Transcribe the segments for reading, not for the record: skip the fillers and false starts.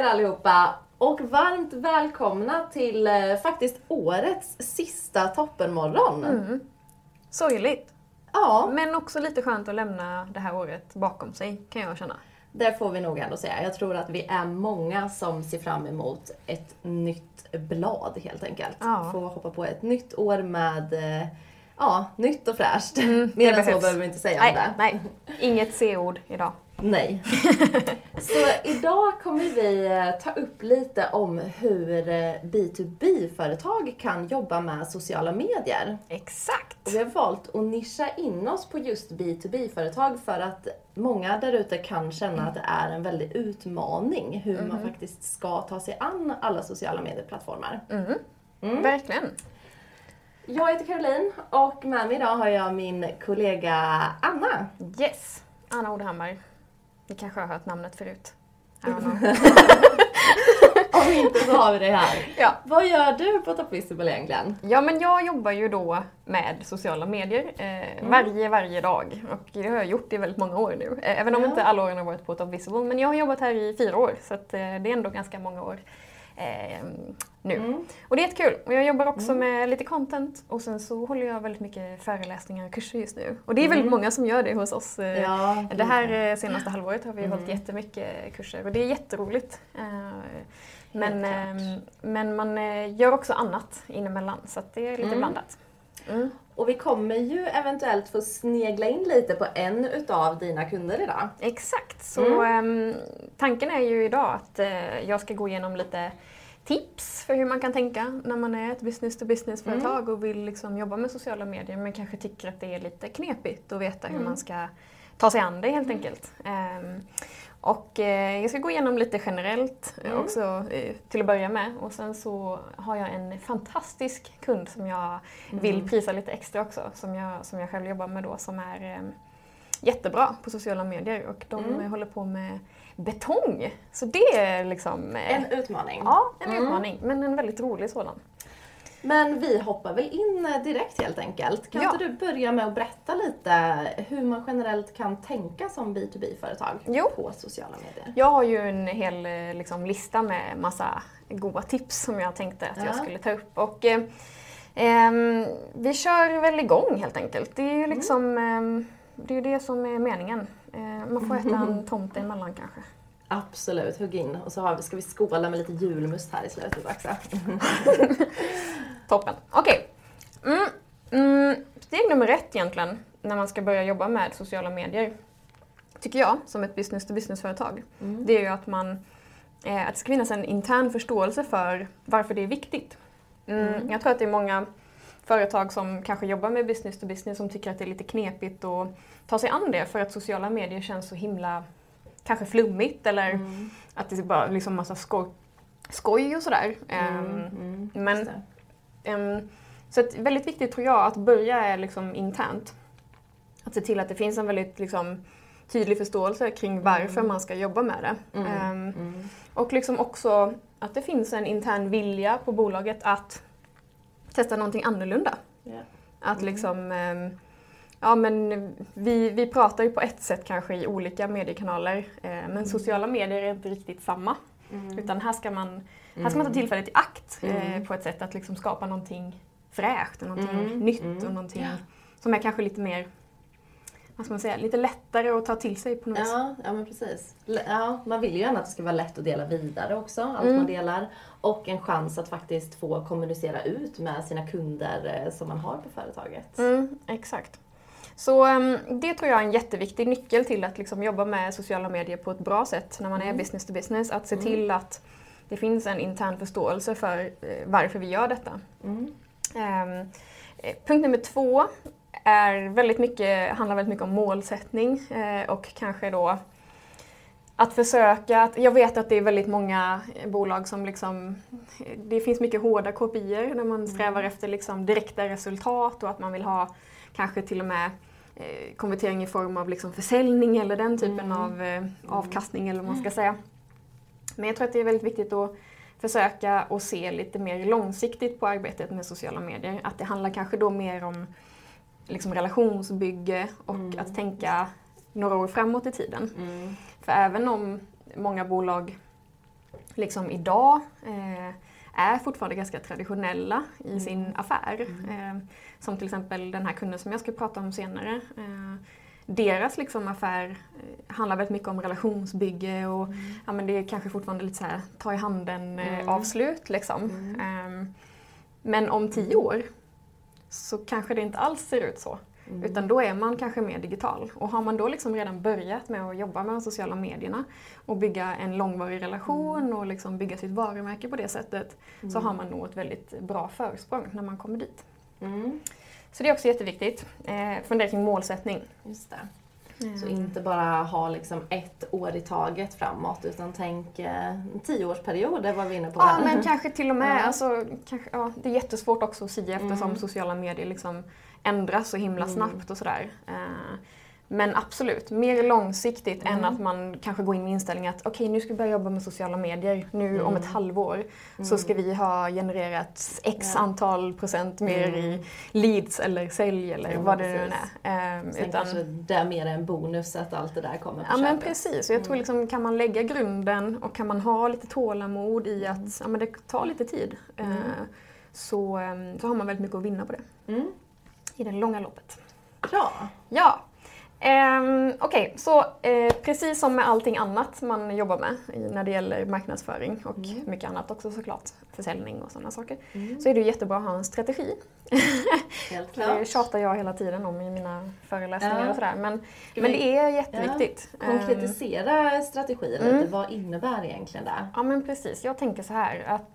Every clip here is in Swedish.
er allihopa och varmt välkomna till faktiskt årets sista toppenmorgon. Sorgligt. Ja. Men också lite skönt att lämna det här året bakom sig, kan jag känna. Det får vi nog ändå säga. Jag tror att vi är många som ser fram emot ett nytt blad helt enkelt. Ja. Få hoppa på ett nytt år med nytt och fräscht. Mer än så behöver vi inte säga om det. Nej, inget C-ord idag. Nej. Så idag kommer vi ta upp lite om hur B2B-företag kan jobba med sociala medier. Exakt. Och vi har valt att nischa in oss på just B2B-företag för att många där ute kan känna att det är en väldig utmaning hur man faktiskt ska ta sig an alla sociala medieplattformar. Verkligen. Jag heter Caroline och med mig idag har jag min kollega Anna. Yes, Anna Odehammar. Ni kanske har hört namnet förut. I don't know. Om inte så har vi det här. Ja. Vad gör du på Top Visible egentligen? Ja, men jag jobbar ju då med sociala medier varje dag. Och det har jag gjort i väldigt många år nu. Även om inte alla åren har varit på Top Visible. Men jag har jobbat här i 4 år, så att, det är ändå ganska många år nu. Och det är jättekul. Och jag jobbar också med lite content. Och sen så håller jag väldigt mycket föreläsningar och kurser just nu. Och det är väldigt många som gör det hos oss. Ja, det här senaste halvåret har vi hållit jättemycket kurser. Och det är jätteroligt. Men man gör också annat inemellan. Så att det är lite blandat. Och vi kommer ju eventuellt få snegla in lite på en utav dina kunder idag. Exakt. Så tanken är ju idag att jag ska gå igenom lite tips för hur man kan tänka när man är ett business-to-business-företag och vill liksom jobba med sociala medier men kanske tycker att det är lite knepigt att veta hur man ska ta sig an det helt enkelt. Och jag ska gå igenom lite generellt också till att börja med. Och sen så har jag en fantastisk kund som jag vill prisa lite extra också. Som jag själv jobbar med då, som är jättebra på sociala medier. Och de håller på med betong. Så det är liksom... En utmaning. Ja, en utmaning. Men en väldigt rolig sådan. Men vi hoppar väl in direkt helt enkelt. Kan inte du börja med att berätta lite hur man generellt kan tänka som B2B-företag på sociala medier? Jag har ju en hel lista med massa goda tips som jag tänkte att jag skulle ta upp. Och vi kör väl igång helt enkelt. Det är ju liksom, det är det som är meningen. Man får äta en tomte emellan kanske. Absolut, hugg in. Och så ska vi skåla med lite julmust här i slutet också. Toppen. Okej. Steg nummer 1 egentligen, när man ska börja jobba med sociala medier, tycker jag, som ett business-to-business-företag, det är ju att det ska finnas en intern förståelse för varför det är viktigt. Jag tror att det är många företag som kanske jobbar med business-to-business som tycker att det är lite knepigt att ta sig an det för att sociala medier känns så himla kanske flummigt eller att det är bara liksom massa skoj och sådär. Så att väldigt viktigt tror jag att börja är liksom internt. Att se till att det finns en väldigt liksom tydlig förståelse kring varför man ska jobba med det. Och liksom också att det finns en intern vilja på bolaget att testa någonting annorlunda. Att liksom... men vi pratar ju på ett sätt kanske i olika mediekanaler, men sociala medier är inte riktigt samma. Utan här ska man ta tillfället i akt på ett sätt att liksom skapa någonting fräscht, någonting nytt och någonting som är kanske lite mer, vad ska man säga, lite lättare att ta till sig på något vis. Ja, men precis. Ja, man vill ju gärna att det ska vara lätt att dela vidare också, allt man delar. Och en chans att faktiskt få kommunicera ut med sina kunder som man har på företaget. Exakt. Så det tror jag är en jätteviktig nyckel till att liksom jobba med sociala medier på ett bra sätt när man är business to business. Att se till att det finns en intern förståelse för varför vi gör detta. Punkt nummer 2 handlar väldigt mycket om målsättning och kanske då att försöka, jag vet att det är väldigt många bolag som liksom, det finns mycket hårda KPI:er när man strävar efter liksom direkta resultat och att man vill ha kanske till och med konvertering i form av liksom försäljning eller den typen av avkastning eller vad man ska säga. Men jag tror att det är väldigt viktigt att försöka och se lite mer långsiktigt på arbetet med sociala medier. Att det handlar kanske då mer om liksom relationsbygge och att tänka några år framåt i tiden. För även om många bolag liksom idag är fortfarande ganska traditionella i sin affär. Som till exempel den här kunden som jag ska prata om senare. Deras liksom affär handlar väldigt mycket om relationsbygge och ja, men det är kanske fortfarande lite så här ta i handen avslut liksom. Men om 10 år så kanske det inte alls ser ut så. Utan då är man kanske mer digital. Och har man då liksom redan börjat med att jobba med de sociala medierna och bygga en långvarig relation och liksom bygga sitt varumärke på det sättet så har man nog ett väldigt bra försprång när man kommer dit. Så det är också jätteviktigt. Fundera kring målsättning. Just det. Så inte bara ha liksom 1 år i taget framåt utan tänk 10-årsperioder var vi inne på. Ja, men kanske till och med. Alltså, det är jättesvårt också att säga eftersom sociala medier liksom ändras så himla snabbt och sådär. Men absolut, mer långsiktigt än att man kanske går in med inställningen att okej, nu ska vi börja jobba med sociala medier. Nu om ett halvår så ska vi ha genererat x antal procent mer i leads eller sälj eller vad det nu är. Sen kanske det är mer en bonus att allt det där kommer på köpet. Men precis, och jag tror liksom, kan man lägga grunden och kan man ha lite tålamod i att men det tar lite tid så har man väldigt mycket att vinna på det. I det långa loppet. Bra! Ja. Okej, så precis som med allting annat man jobbar med när det gäller marknadsföring och mycket annat också såklart, försäljning och sådana saker, så är det jättebra att ha en strategi. Helt klart. Det tjatar jag hela tiden om i mina föreläsningar och sådär, men det är jätteviktigt. Konkretisera strategier lite, vad innebär egentligen det? Ja men precis, jag tänker så här att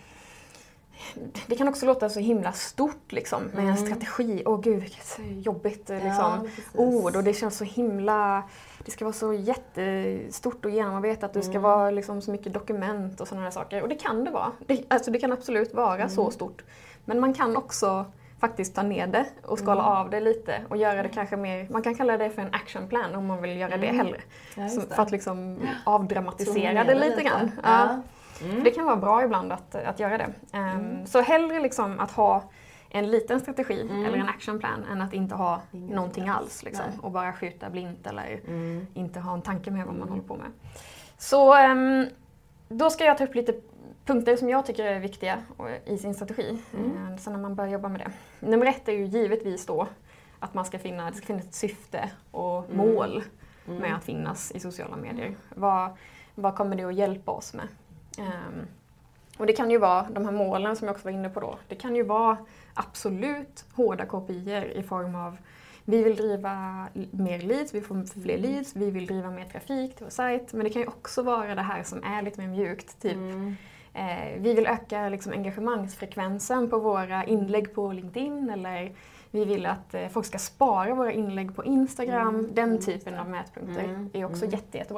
det kan också låta så himla stort liksom, med en strategi. Åh gud, vilket jobbigt liksom, ord och det känns så himla... Det ska vara så jättestort och genomarbetat, det ska vara liksom så mycket dokument och sådana här saker. Och det kan det vara. Det kan absolut vara så stort. Men man kan också faktiskt ta ner det och skala av det lite och göra det kanske mer... Man kan kalla det för en action plan om man vill göra det hellre. För att liksom avdramatisera det lite grann. Ja. Det kan vara bra ibland att göra det. Så hellre liksom att ha en liten strategi eller en actionplan än att inte ha någonting alls. Liksom, och bara skjuta blint eller inte ha en tanke med vad man håller på med. Så då ska jag ta upp lite punkter som jag tycker är viktiga i sin strategi. Så när man börjar jobba med det. Nummer 1 är ju givetvis då att det ska finnas ett syfte och mål med att finnas i sociala medier. Vad kommer det att hjälpa oss med? Och det kan ju vara de här målen som jag också var inne på då. Det kan ju vara absolut hårda KPI:er i form av vi vill driva mer leads, vi får fler leads, vi vill driva mer trafik till vår sajt. Men det kan ju också vara det här som är lite mer mjukt. Typ vi vill öka liksom engagemangsfrekvensen på våra inlägg på LinkedIn eller vi vill att folk ska spara våra inlägg på Instagram. Den typen av mätpunkter är också jättebra.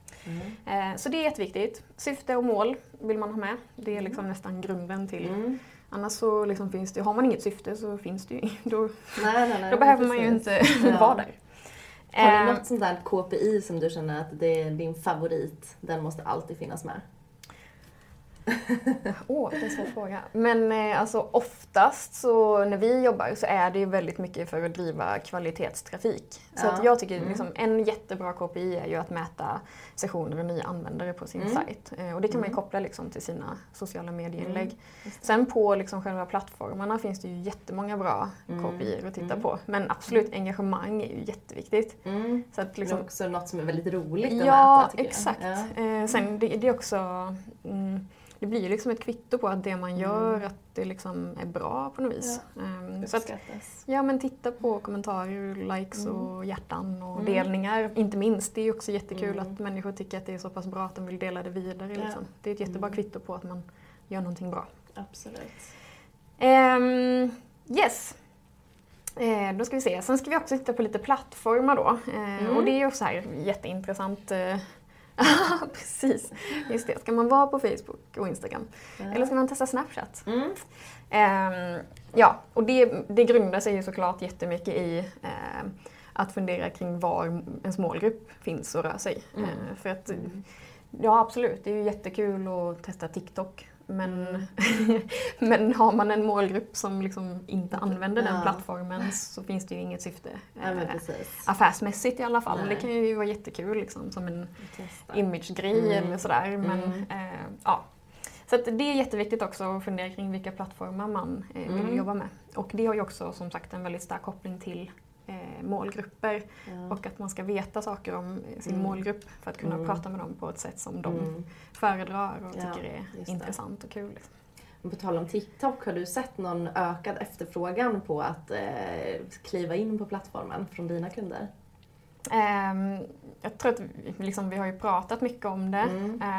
Så det är jätteviktigt. Syfte och mål vill man ha med. Det är liksom nästan grunden till. Annars så liksom finns det, har man inget syfte så finns det ju då behöver man ju inte vara där. Har du något sånt där KPI som du känner att det är din favorit? Den måste alltid finnas med. Det är en svår fråga. Men alltså oftast så när vi jobbar så är det ju väldigt mycket för att driva kvalitetstrafik. Så att jag tycker liksom, en jättebra KPI är ju att mäta sessioner och nya användare på sin sajt. Och det kan man ju koppla liksom till sina sociala medieinlägg. Sen på liksom själva plattformarna finns det ju jättemånga bra KPI:er att titta på. Men absolut, engagemang är ju jätteviktigt. Så att liksom, det är också något som är väldigt roligt att mäta, tycker exakt. Jag. Sen det är också... Det blir liksom ett kvitto på att det man gör att det liksom är bra på något vis. Så att, men titta på kommentarer, likes och hjärtan och delningar. Inte minst, det är också jättekul att människor tycker att det är så pass bra att de vill dela det vidare. Liksom. Det är ett jättebra kvitto på att man gör någonting bra. Absolut. Yes. Då ska vi se. Sen ska vi också titta på lite plattformar då. Och det är ju så här jätteintressant... Precis, just det. Ska man vara på Facebook och Instagram? Eller ska man testa Snapchat? Och det grundar sig ju såklart jättemycket i att fundera kring var ens målgrupp finns och rör sig. För att, ja absolut, det är ju jättekul att testa TikTok. men har man en målgrupp som liksom inte använder den plattformen så finns det ju inget syfte. Affärsmässigt i alla fall. Det kan ju vara jättekul liksom, som en imagegrej eller sådär. Men, så att det är jätteviktigt också att fundera kring vilka plattformar man vill jobba med. Och det har ju också som sagt en väldigt stark koppling till målgrupper och att man ska veta saker om sin målgrupp för att kunna prata med dem på ett sätt som de föredrar och tycker är intressant och kul. Liksom. På tal om TikTok, har du sett någon ökad efterfrågan på att kliva in på plattformen från dina kunder? Jag tror att vi har ju pratat mycket om det.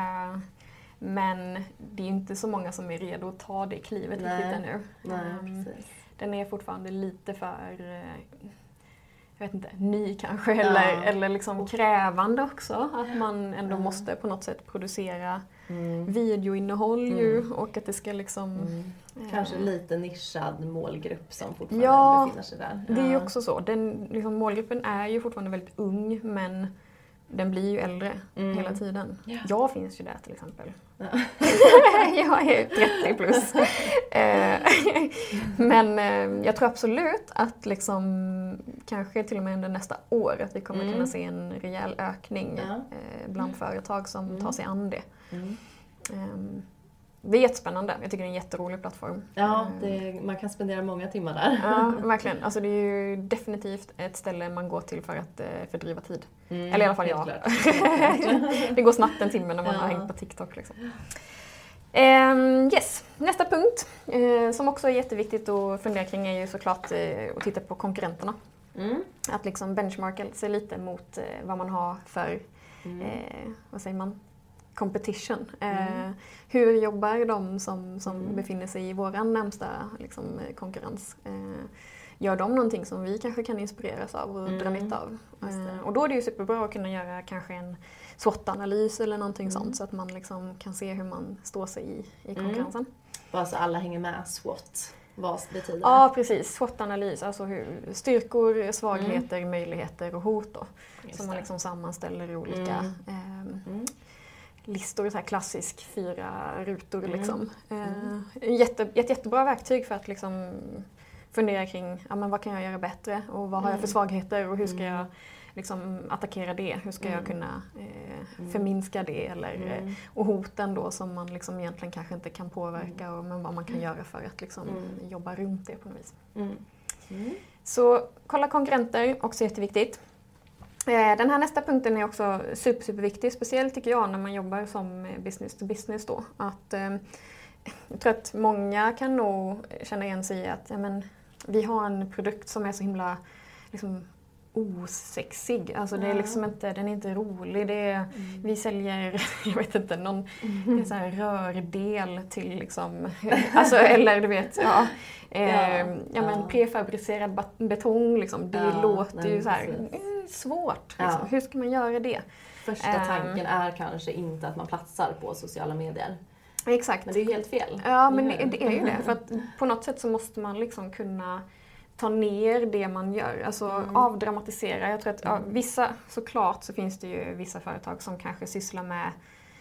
Men det är inte så många som är redo att ta det klivet riktigt ännu. Precis. Den är fortfarande lite för jag vet inte, ny kanske eller liksom krävande också. Att man ändå måste på något sätt producera videoinnehåll ju, och att det ska liksom... Kanske lite nischad målgrupp som fortfarande befinner sig där. Det är ju också så. Liksom, målgruppen är ju fortfarande väldigt ung, men den blir ju äldre hela tiden. Ja. Jag finns ju där till exempel. Ja. Jag är 30 plus. Men jag tror absolut att liksom, kanske till och med under nästa år att vi kommer kunna se en rejäl ökning bland företag som tar sig an det. Det är jättespännande. Jag tycker det är en jätterolig plattform. Ja, man kan spendera många timmar där. Ja, verkligen. Alltså det är ju definitivt ett ställe man går till för att fördriva tid. Eller i alla fall jag. Det går snabbt en timme när man har hängt på TikTok. Liksom. Yes. Nästa punkt som också är jätteviktigt att fundera kring är ju såklart att titta på konkurrenterna. Att liksom benchmarka sig lite mot vad man har för, vad säger man? Competition. Hur jobbar de som befinner sig i våran närmsta liksom, konkurrens? Gör de någonting som vi kanske kan inspireras av och dra nytta av? Och då är det ju superbra att kunna göra kanske en SWOT-analys eller någonting sånt så att man liksom kan se hur man står sig i konkurrensen. Bara så alla hänger med SWOT. Vad betyder det? Ja, precis. SWOT-analys, alltså styrkor, svagheter, möjligheter och hot då. Som man liksom sammanställer i olika listor, så här klassisk 4 rutor liksom. Ett jättebra verktyg för att liksom fundera kring men vad kan jag göra bättre och vad har jag för svagheter och hur ska jag liksom attackera det, hur ska jag kunna förminska det eller, och hoten då som man liksom egentligen kanske inte kan påverka men vad man kan göra för att liksom jobba runt det på något vis. Så kolla konkurrenter, också jätteviktigt. Den här nästa punkten är också superviktig, speciellt tycker jag när man jobbar som business to business då. Att, jag tror att många kan nog känna igen sig i att vi har en produkt som är så himla liksom, osexig. Alltså det är liksom inte, den är inte rolig. Vi säljer, jag vet inte, någon så här rördel till liksom, alltså, eller du vet, prefabricerad betong liksom. Det låter ju så här svårt. Liksom. Hur ska man göra det? Första tanken är kanske inte att man platsar på sociala medier. Exakt. Men det är helt fel. Ja, men det är ju det. För att på något sätt så måste man liksom kunna ta ner det man gör. Alltså avdramatisera. Jag tror att vissa, såklart så finns det ju vissa företag som kanske sysslar med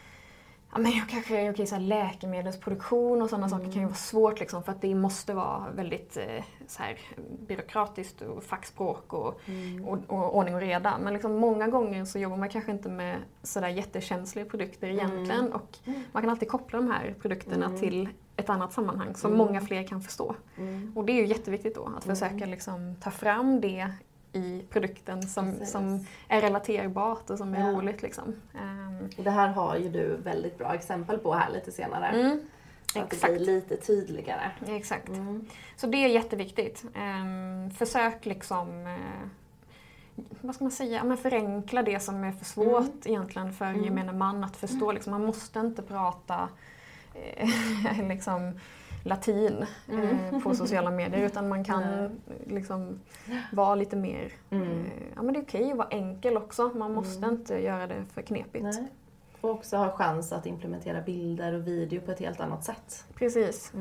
så här, läkemedelsproduktion och sådana saker kan ju vara svårt liksom, för att det måste vara väldigt så här, byråkratiskt och fackspråk och ordning och reda. Men liksom, många gånger så jobbar man kanske inte med sådär jättekänsliga produkter egentligen och man kan alltid koppla de här produkterna till ett annat sammanhang som många fler kan förstå. Och det är ju jätteviktigt då att försöka liksom, ta fram det i produkten som är relaterbart och som är roligt. Liksom. Och det här har ju du väldigt bra exempel på här lite senare. Så att det blir lite tydligare. Exakt. Så det är jätteviktigt. Försök liksom, vad ska man säga, förenkla det som är för svårt egentligen för gemene man att förstå. Liksom, man måste inte prata liksom latin på sociala medier utan man kan liksom vara lite mer men det är okej att vara enkel också. Man måste inte göra det för knepigt. Nej. Och också ha chans att implementera bilder och video på ett helt annat sätt. Precis.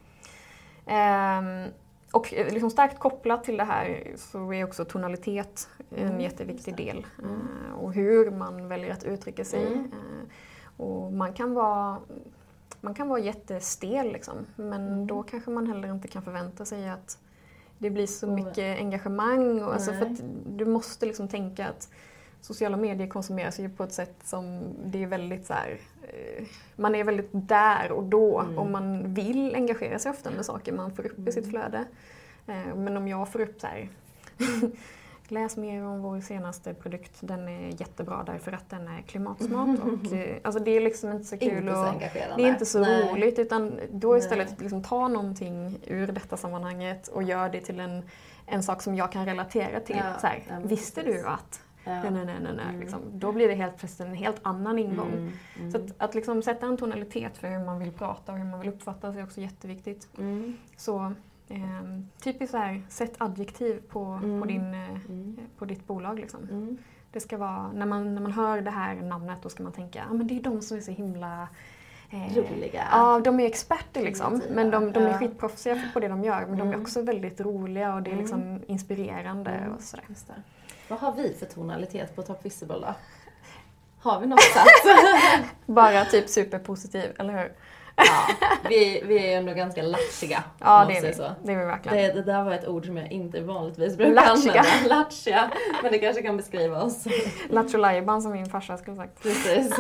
Och liksom starkt kopplat till det här så är också tonalitet en jätteviktig del. Och hur man väljer att uttrycka sig. Och man man kan vara jättestel liksom, men då kanske man heller inte kan förvänta sig att det blir så mycket engagemang. Och, alltså, för att du måste liksom tänka att sociala medier konsumeras ju på ett sätt som det är väldigt så här, man är väldigt där och då och man vill engagera sig ofta med saker man får upp i sitt flöde. Men om jag får upp så här läs mer om vår senaste produkt, den är jättebra därför att den är klimatsmart och alltså det är liksom inte så kul och det är inte så roligt, utan då istället liksom ta någonting ur detta sammanhanget och gör det till en sak som jag kan relatera till. Så här, visste du att liksom, då blir det helt plötsligt en helt annan ingång. Så att liksom sätta en tonalitet för hur man vill prata och hur man vill uppfattas är också jätteviktigt. Så typiskt så här, sätt adjektiv på ditt bolag liksom. Det ska vara, när man hör det här namnet, då ska man tänka, men det är de som är så himla roliga. Ja, de är experter liksom, men de är skitproffsiga på det de gör, men de är också väldigt roliga och det är liksom inspirerande och sådär. Just det. Vad har vi för tonalitet på Top Visible då? Har vi något satt? Bara typ superpositiv, eller hur? Ja, vi är ju ändå ganska lattjiga. Ja, det är vi. Så. Det är vi verkligen. Det där var ett ord som jag inte vanligtvis brukar använda. Lattjiga. Men det kanske kan beskriva oss. Lattjolajban som min farsa skulle sagt. Precis.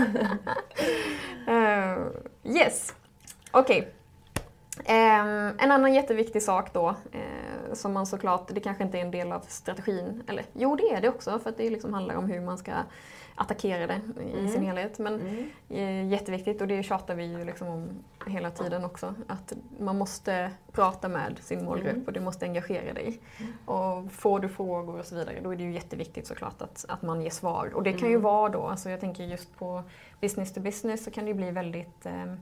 Yes. Okej. En annan jätteviktig sak då, som man såklart, det kanske inte är en del av strategin, eller jo det är det också, för att det liksom handlar om hur man ska attackera det i sin helhet. Men jätteviktigt, och det tjatar vi ju liksom om hela tiden också, att man måste prata med sin målgrupp och du måste engagera dig. Och får du frågor och så vidare, då är det ju jätteviktigt såklart att man ger svar. Och det kan ju vara då, alltså jag tänker just på business to business så kan det ju bli väldigt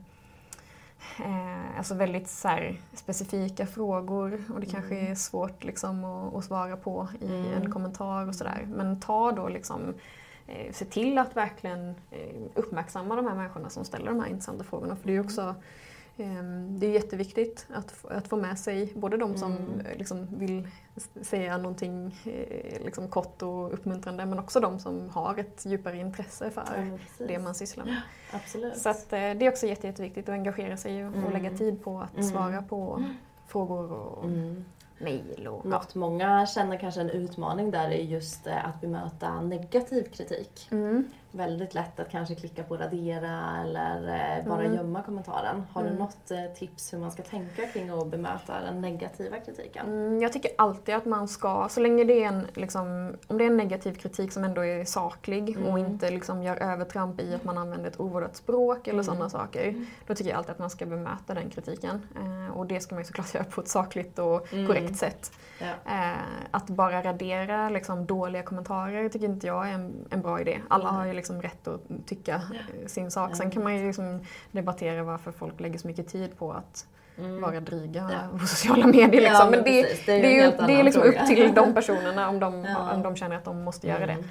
alltså väldigt så här, specifika frågor och det kanske är svårt liksom att svara på i en kommentar och sådär. Men ta då liksom, se till att verkligen uppmärksamma de här människorna som ställer de här intressanta frågorna. För det är ju också det är jätteviktigt att få med sig både de som liksom vill säga någonting liksom kort och uppmuntrande, men också de som har ett djupare intresse för det man sysslar med. Absolut. Så att, det är också jätteviktigt att engagera sig och lägga tid på att svara på frågor och mejl. Något många känner kanske en utmaning där är just att bemöta negativ kritik. Väldigt lätt att kanske klicka på radera eller bara gömma kommentaren. Har du något tips hur man ska tänka kring att bemöta den negativa kritiken? Jag tycker alltid att man ska, så länge det är en, liksom, om det är en negativ kritik som ändå är saklig och inte liksom gör övertramp i att man använder ett ovårdat språk eller sådana saker, då tycker jag alltid att man ska bemöta den kritiken. Och det ska man ju såklart göra på ett sakligt och korrekt sätt. Ja. Att bara radera liksom, dåliga kommentarer tycker inte jag är en bra idé. Alla har ju liksom rätt att tycka sin sak. Sen kan man ju liksom debattera varför folk lägger så mycket tid på att vara dryga på sociala medier. Liksom. Ja, men det är liksom upp till de personerna om de känner att de måste göra det.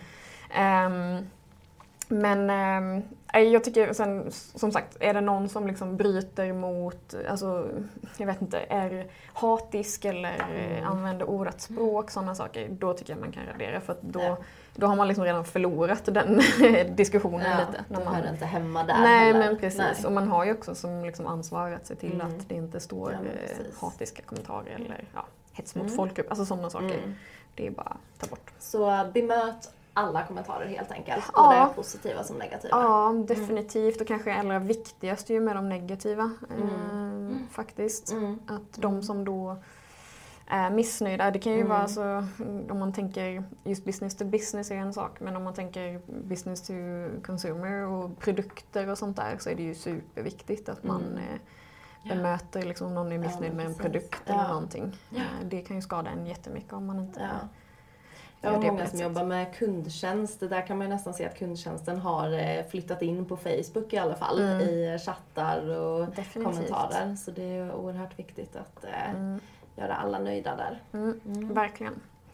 Men jag tycker sen, som sagt, är det någon som liksom bryter mot, alltså, jag vet inte, är hatisk eller använder ordat språk, sådana saker, då tycker jag man kan radera, för att då har man liksom redan förlorat den diskussionen lite. Då hör det inte hemma där. Nej, men precis. Nej. Och man har ju också som liksom ansvar att se till att det inte står hatiska kommentarer eller hets mot folkgrupp, alltså sådana saker. Det är bara att ta bort. Så bemöt alla kommentarer helt enkelt, både positiva som negativa. Ja, definitivt. Och kanske allra viktigast ju med de negativa faktiskt. Att de som då är missnöjda, det kan ju vara så, om man tänker just business to business är en sak, men om man tänker business to consumer och produkter och sånt där, så är det ju superviktigt att man bemöter liksom, om någon är missnöjd med en produkt eller någonting. Det kan ju skada en jättemycket om man inte... Jag har många som jobbar med kundtjänst. Där kan man ju nästan se att kundtjänsten har flyttat in på Facebook i alla fall. I chattar och kommentarer. Så det är oerhört viktigt att göra alla nöjda där. Verkligen.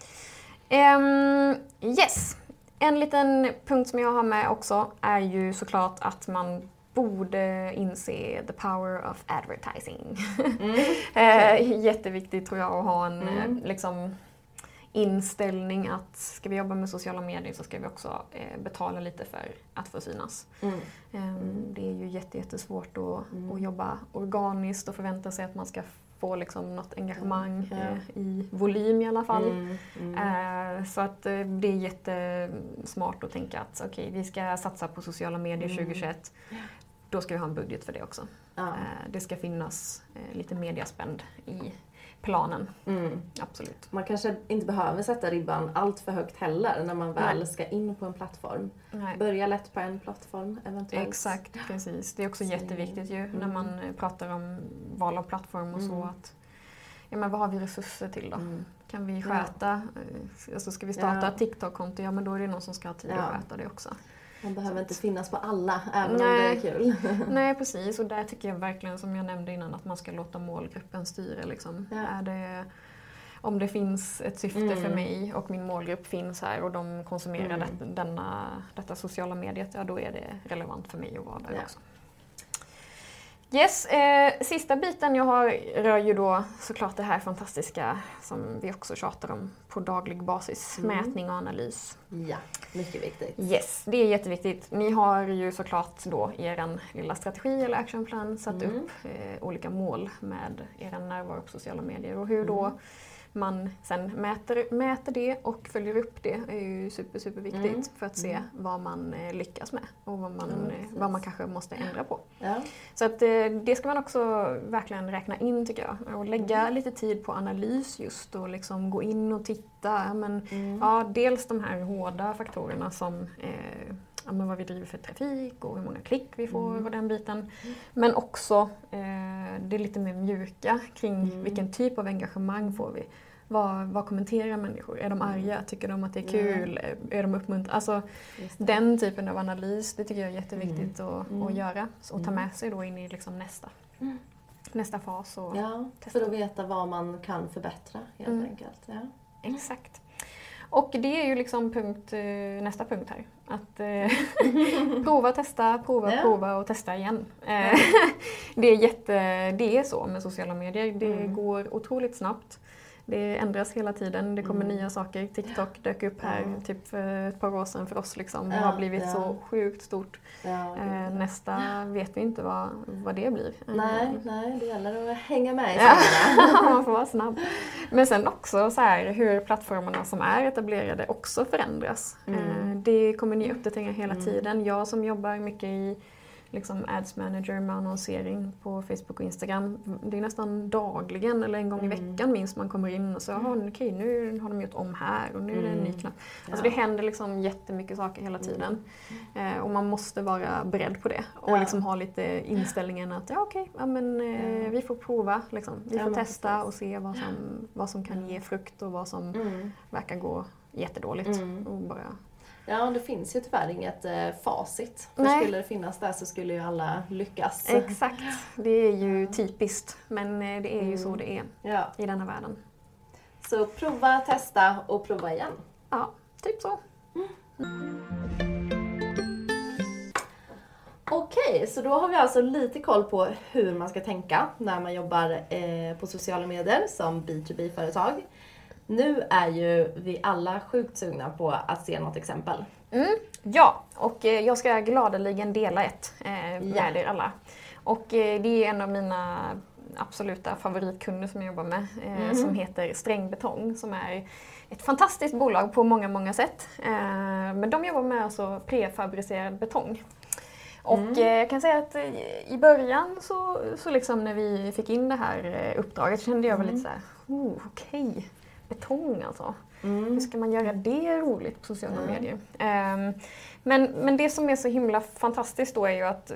Yes. En liten punkt som jag har med också är ju såklart att man borde inse the power of advertising. Jätteviktigt tror jag att ha en liksom inställning att ska vi jobba med sociala medier så ska vi också betala lite för att få synas. Det är ju jättesvårt att jobba organiskt och förvänta sig att man ska få liksom något engagemang i volym i alla fall. Så att det är jättesmart att tänka att okej, vi ska satsa på sociala medier 2021. Då ska vi ha en budget för det också. Det ska finnas lite mediaspend i planen. Absolut. Man kanske inte behöver sätta ribban allt för högt heller när man väl ska in på en plattform. Börja lätt på en plattform eventuellt. Exakt, precis. Det är också jätteviktigt ju när man pratar om val av plattform och så att men vad har vi resurser till då? Kan vi sköta, alltså ska vi starta ett TikTok-konto, men då är det någon som ska ha tid att sköta det också. Man behöver inte finnas på alla, även om det är kul. Nej, precis. Och där tycker jag verkligen, som jag nämnde innan, att man ska låta målgruppen styra. Liksom. Om det finns ett syfte för mig och min målgrupp finns här och de konsumerar detta sociala mediet, då är det relevant för mig att vara där också. Yes, sista biten jag har rör ju då såklart det här fantastiska som vi också tjatar om på daglig basis, mätning och analys. Ja, mycket viktigt. Yes, det är jätteviktigt. Ni har ju såklart då er lilla strategi eller actionplan satt upp olika mål med er närvaro på sociala medier och hur då man sen mäter det och följer upp det är ju superviktigt för att se vad man lyckas med och vad man kanske måste ändra på. Så att det ska man också verkligen räkna in tycker jag och lägga lite tid på analys just och liksom gå in och titta. Dels de här hårda faktorerna som vad vi driver för trafik och hur många klick vi får och den biten. Men också det är lite mer mjuka kring vilken typ av engagemang får vi. Vad kommenterar människor? Är de arga? Tycker de att det är kul? Är de uppmuntrade? Alltså den typen av analys, det tycker jag är jätteviktigt att göra. Och ta med sig då in i liksom nästa fas. Och testa. För att veta vad man kan förbättra helt enkelt. Ja. Exakt. Och det är ju liksom nästa punkt här. Att prova och testa igen. Det är så med sociala medier. Det går otroligt snabbt. Det ändras hela tiden. Det kommer nya saker. TikTok dök upp här typ för ett par år sedan för oss. Liksom. Det har blivit så sjukt stort. Nästa vet vi inte vad det blir. Nej, det gäller att hänga med i man får vara snabb. Men sen också så här, hur plattformarna som är etablerade också förändras. Det kommer nya uppdateringar hela tiden. Jag som jobbar mycket i liksom ads manager med annonsering på Facebook och Instagram. Det är nästan dagligen eller en gång i veckan minst man kommer in och så okej, nu har de gjort om här och nu är det en ny knapp. Alltså det händer liksom jättemycket saker hela tiden. Och man måste vara beredd på det och liksom ha lite inställningen att vi får prova liksom. Vi får testa och se vad som kan ge frukt och vad som verkar gå jättedåligt och bara. Ja, det finns ju tyvärr inget facit. För skulle det finnas där så skulle ju alla lyckas. Exakt, det är ju typiskt. Men det är ju så det är i denna världen. Så prova, testa och prova igen. Ja, typ så. Okej, så då har vi alltså lite koll på hur man ska tänka när man jobbar på sociala medier som B2B-företag. Nu är ju vi alla sjukt sugna på att se något exempel. Ja, och jag ska gladeligen dela ett med er alla. Och det är en av mina absoluta favoritkunder som jag jobbar med som heter Strängbetong som är ett fantastiskt bolag på många sätt. Men de jobbar med alltså prefabricerad betong. Och jag kan säga att i början så liksom när vi fick in det här uppdraget kände jag väl lite så här, okej. Betong alltså. Hur ska man göra det roligt på sociala medier? Men det som är så himla fantastiskt då är ju att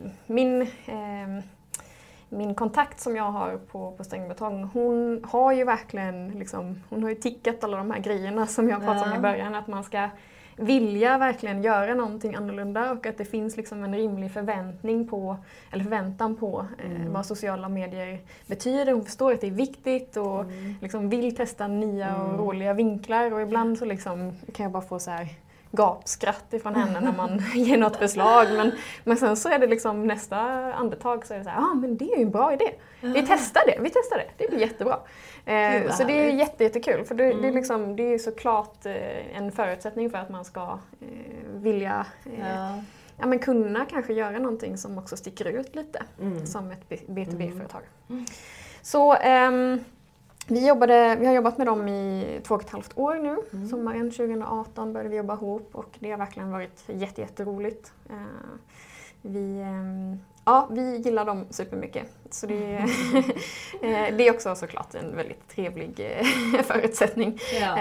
min kontakt som jag har på Strängbetong, hon har ju verkligen liksom, hon har ju tickat alla de här grejerna som jag pratade om i början, att man ska vilja verkligen göra någonting annorlunda och att det finns liksom en rimlig förväntan på vad sociala medier betyder. Hon förstår att det är viktigt och liksom vill testa nya och roliga vinklar och ibland så liksom kan jag bara få så här gapskratt ifrån henne när man ger något förslag. Men sen så är det liksom nästa andetag så är det så här, men det är ju en bra idé. Vi testar det. Det blir jättebra. Så det är jättekul för det är liksom, det är såklart en förutsättning för att man ska vilja men kunna kanske göra någonting som också sticker ut lite som ett B2B-företag. Så vi har jobbat med dem i 2,5 år nu. Sommaren 2018 började vi jobba ihop och det har verkligen varit jätteroligt. Vi gillar dem supermycket. Så det är också såklart en väldigt trevlig förutsättning.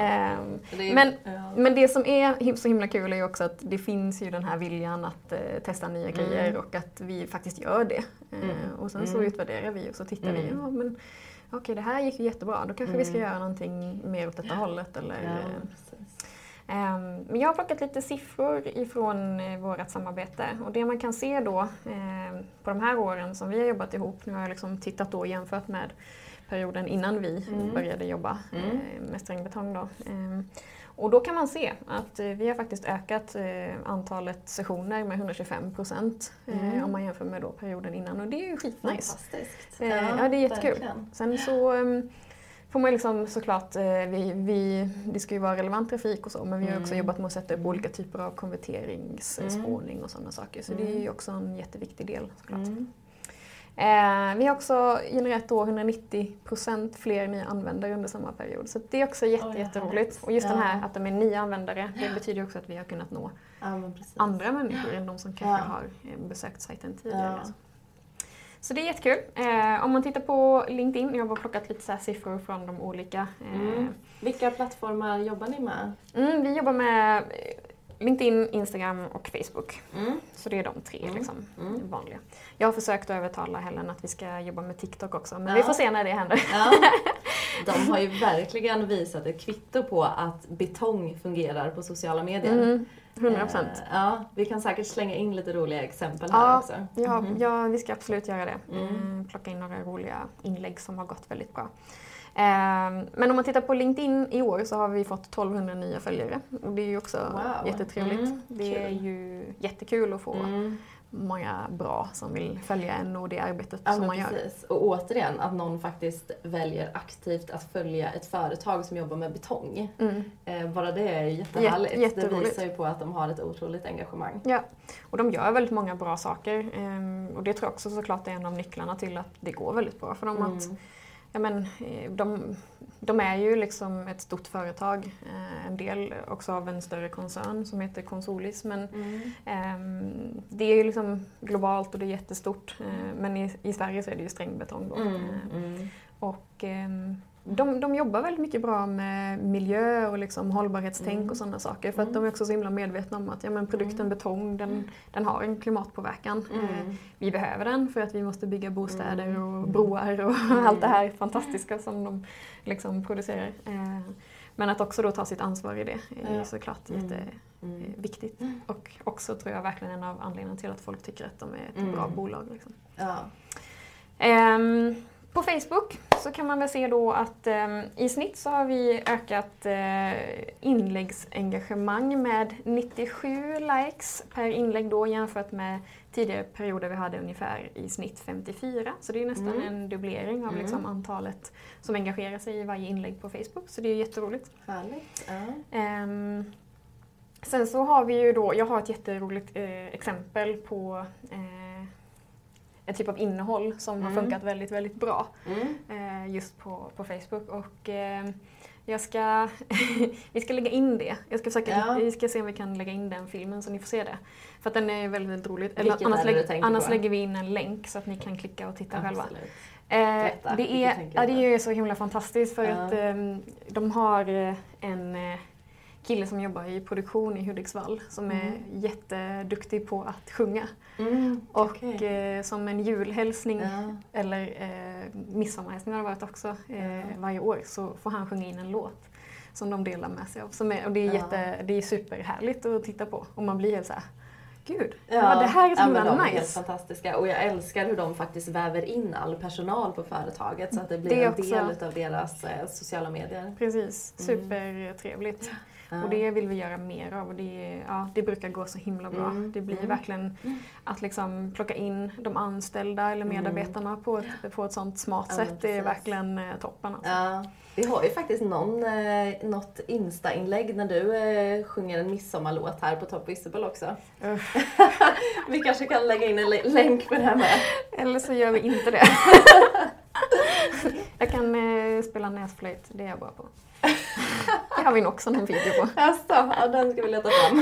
Men det som är så himla kul är ju också att det finns ju den här viljan att testa nya grejer och att vi faktiskt gör det. Och sen så utvärderar vi och så tittar vi. Okej, det här gick ju jättebra. Då kanske vi ska göra någonting mer åt detta hållet. Men jag har plockat lite siffror ifrån vårt samarbete. Och det man kan se då på de här åren som vi har jobbat ihop. Nu har jag liksom tittat då jämfört med perioden innan vi började jobba med strängbetong då. Och då kan man se att vi har faktiskt ökat antalet sessioner med 125% om man jämför med då perioden innan. Och det är ju skitnice. Fantastiskt. Det är jättekul. Verkligen. Sen så får man liksom såklart, det ska ju vara relevant trafik och så, men vi har också jobbat med att sätta upp olika typer av konverteringsspårning och sådana saker. Så det är ju också en jätteviktig del såklart. Vi har också genererat då 190% fler nya användare under samma period. Så det är också jätteroligt. Och just den här att de är nya användare, det betyder också att vi har kunnat nå andra människor än de som kanske har besökt sajten tidigare. Så det är jättekul. Om man tittar på LinkedIn, jag har bara plockat lite så här siffror från de olika. Vilka plattformar jobbar ni med? Vi jobbar med LinkedIn, Instagram och Facebook. Så det är de 3 liksom, vanliga. Jag har försökt att övertala Helen att vi ska jobba med TikTok också, men vi får se när det händer. De har ju verkligen visat ett kvitto på att betong fungerar på sociala medier. 100%. Vi kan säkert slänga in lite roliga exempel här också. Ja, vi ska absolut göra det. Plocka in några roliga inlägg som har gått väldigt bra. Men om man tittar på LinkedIn i år så har vi fått 1200 nya följare. Och det är ju också jättetrevligt. Det är ju jättekul att få många bra som vill följa en och det arbetet som man gör. Och återigen, att någon faktiskt väljer aktivt att följa ett företag som jobbar med betong. Bara det är jättehärligt. Det visar ju på att de har ett otroligt engagemang. Ja, och de gör väldigt många bra saker. Och det tror jag också såklart är en av nycklarna till att det går väldigt bra för dem. Att de är ju liksom ett stort företag, en del också av en större koncern som heter Consolis, men det är ju liksom globalt och det är jättestort, men i Sverige så är det ju strängbetong då. Och de jobbar väldigt mycket bra med miljö och liksom hållbarhetstänk och sådana saker för att de är också så himla medvetna om att produkten betong den har en klimatpåverkan. Vi behöver den för att vi måste bygga bostäder och broar och allt det här fantastiska som de liksom producerar. Men att också då ta sitt ansvar i det är såklart jätteviktigt. Och också tror jag verkligen en av anledningarna till att folk tycker att de är ett bra bolag. Liksom. På Facebook så kan man väl se då att i snitt så har vi ökat inläggsengagemang med 97 likes per inlägg då jämfört med tidigare perioder vi hade ungefär i snitt 54. Så det är nästan en dubblering av liksom antalet som engagerar sig i varje inlägg på Facebook. Så det är jätteroligt. Härligt. Sen så har vi ju då, jag har ett jätteroligt exempel på en typ av innehåll som har funkat väldigt, väldigt bra just på Facebook. Och vi ska lägga in det. Vi ska se om vi kan lägga in den filmen så ni får se det. För att den är väldigt, väldigt rolig. Annars lägger vi in en länk så att ni kan klicka och titta själva. Det är så himla fantastiskt för att de har en kille som jobbar i produktion i Hudiksvall som är jätteduktig på att sjunga. Och som en julhälsning eller midsommarhälsning har det varit också varje år så får han sjunga in en låt som de delar med sig av. Och det är superhärligt att titta på och man blir helt så här, gud, det här är så himla nice. De är helt fantastiska och jag älskar hur de faktiskt väver in all personal på företaget så att det blir en del av deras sociala medier. Precis, supertrevligt. Och det vill vi göra mer av och det brukar gå så himla bra. Det blir verkligen att liksom plocka in de anställda eller medarbetarna på ett sånt smart sätt. Det är verkligen toppen. Alltså. Ja. Vi har ju faktiskt något Insta-inlägg när du sjunger en midsommarlåt här på Top Visible också. Vi kanske kan lägga in en länk på det här med. Eller så gör vi inte det. Jag kan spela näsflöjt, det är jag bra på. Det har vi nog också någon video på. Ja, den ska vi leta fram.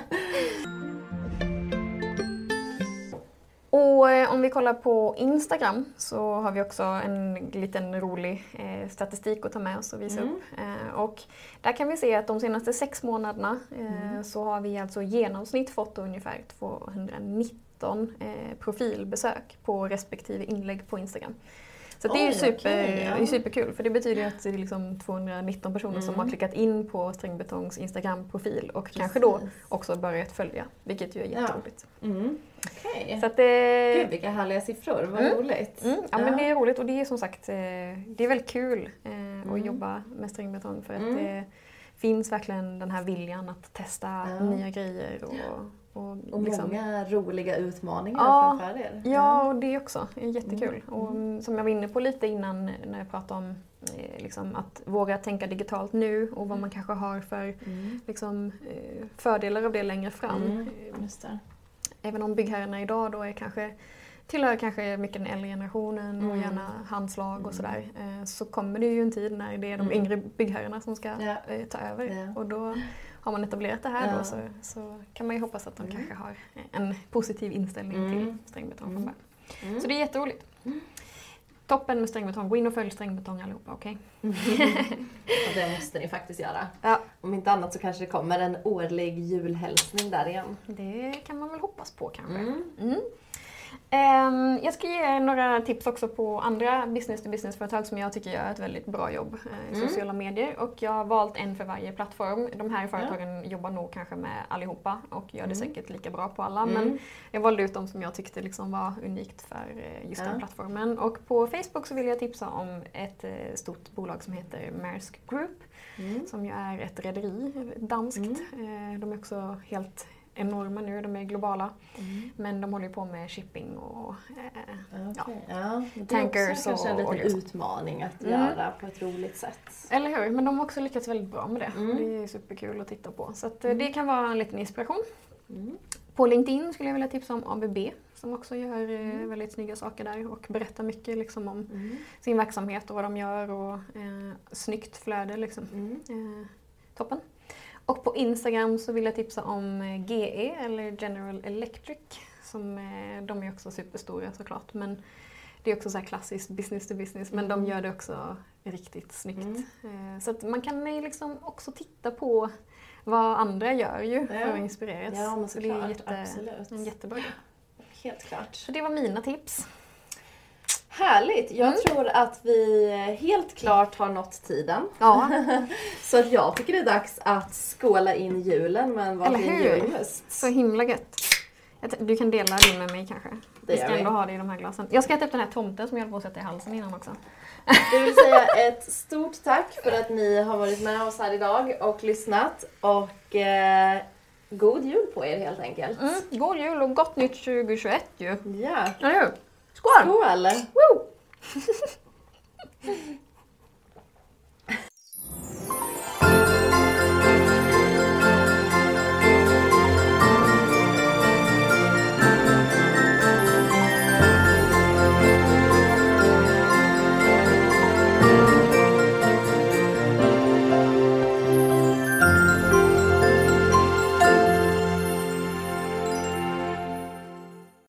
Och om vi kollar på Instagram så har vi också en liten rolig statistik att ta med oss och visa upp. Och där kan vi se att de senaste 6 månaderna så har vi alltså i genomsnitt fått ungefär 219 profilbesök på respektive inlägg på Instagram. Så det är ju superkul, för det betyder att det är liksom 219 personer som har klickat in på Strängbetongs Instagram-profil och kanske då också börjat följa, vilket ju är jätteroligt. Okej. Så att Gud, vilka härliga siffror, vad roligt. Ja, men det är roligt och det är som sagt, det är väldigt kul att jobba med Strängbetong för att det finns verkligen den här viljan att testa nya grejer och liksom, många roliga utmaningar framför er. Ja, och det också är jättekul. Och som jag var inne på lite innan när jag pratade om liksom, att våga tänka digitalt nu och vad man kanske har för liksom, fördelar av det längre fram. Just det. Även om byggherrarna idag då tillhör kanske mycket den äldre generationen och gärna handslag och sådär, så kommer det ju en tid när det är de yngre byggherrarna som ska ta över. Och då har man etablerat det här då så kan man ju hoppas att de kanske har en positiv inställning till Strängbetong från början. Så det är jätteroligt. Toppen med Strängbetong. Gå in och följ Strängbetong allihopa, okej? Och det måste ni faktiskt göra. Ja. Om inte annat så kanske det kommer en årlig julhälsning där igen. Det kan man väl hoppas på kanske. Jag ska ge några tips också på andra business-to-business-företag som jag tycker gör ett väldigt bra jobb i sociala medier. Och jag har valt en för varje plattform. De här företagen jobbar nog kanske med allihopa och gör det säkert lika bra på alla. Men jag valde ut de som jag tyckte liksom var unikt för just den plattformen. Och på Facebook så vill jag tipsa om ett stort bolag som heter Maersk Group. Som ju är ett rederi, danskt. De är också helt enorma nu, de är globala. Men de håller på med shipping och tankers. Det är också en liten utmaning att göra på ett roligt sätt. Eller hur, men de har också lyckats väldigt bra med det. Det är superkul att titta på. Så att, det kan vara en liten inspiration. På LinkedIn skulle jag vilja tipsa om ABB som också gör väldigt snygga saker där och berättar mycket liksom, om sin verksamhet och vad de gör och snyggt flöde. Liksom. Toppen. Och på Instagram så vill jag tipsa om GE eller General Electric. De är också superstora såklart, men det är också så här klassiskt business to business, men de gör det också riktigt snyggt. Så att man kan liksom också titta på vad andra gör ju för att inspireras. Ja, men såklart. Det är en jättebra grej. Helt klart. Så det var mina tips. Härligt! Jag tror att vi helt klart har nått tiden. Ja. Så att jag tycker det är dags att skåla in julen med en varsin julmust. Så himla gött. Du kan dela din med mig kanske. Vi ska ändå ha det i de här glasen. Jag ska äta upp den här tomten som jag höll på att sätta i halsen innan också. Jag vill säga ett stort tack för att ni har varit med oss här idag och lyssnat. Och god jul på er helt enkelt. God jul och gott nytt 2021 ju. Ja. Eller hur? Skål! Skål! Woo!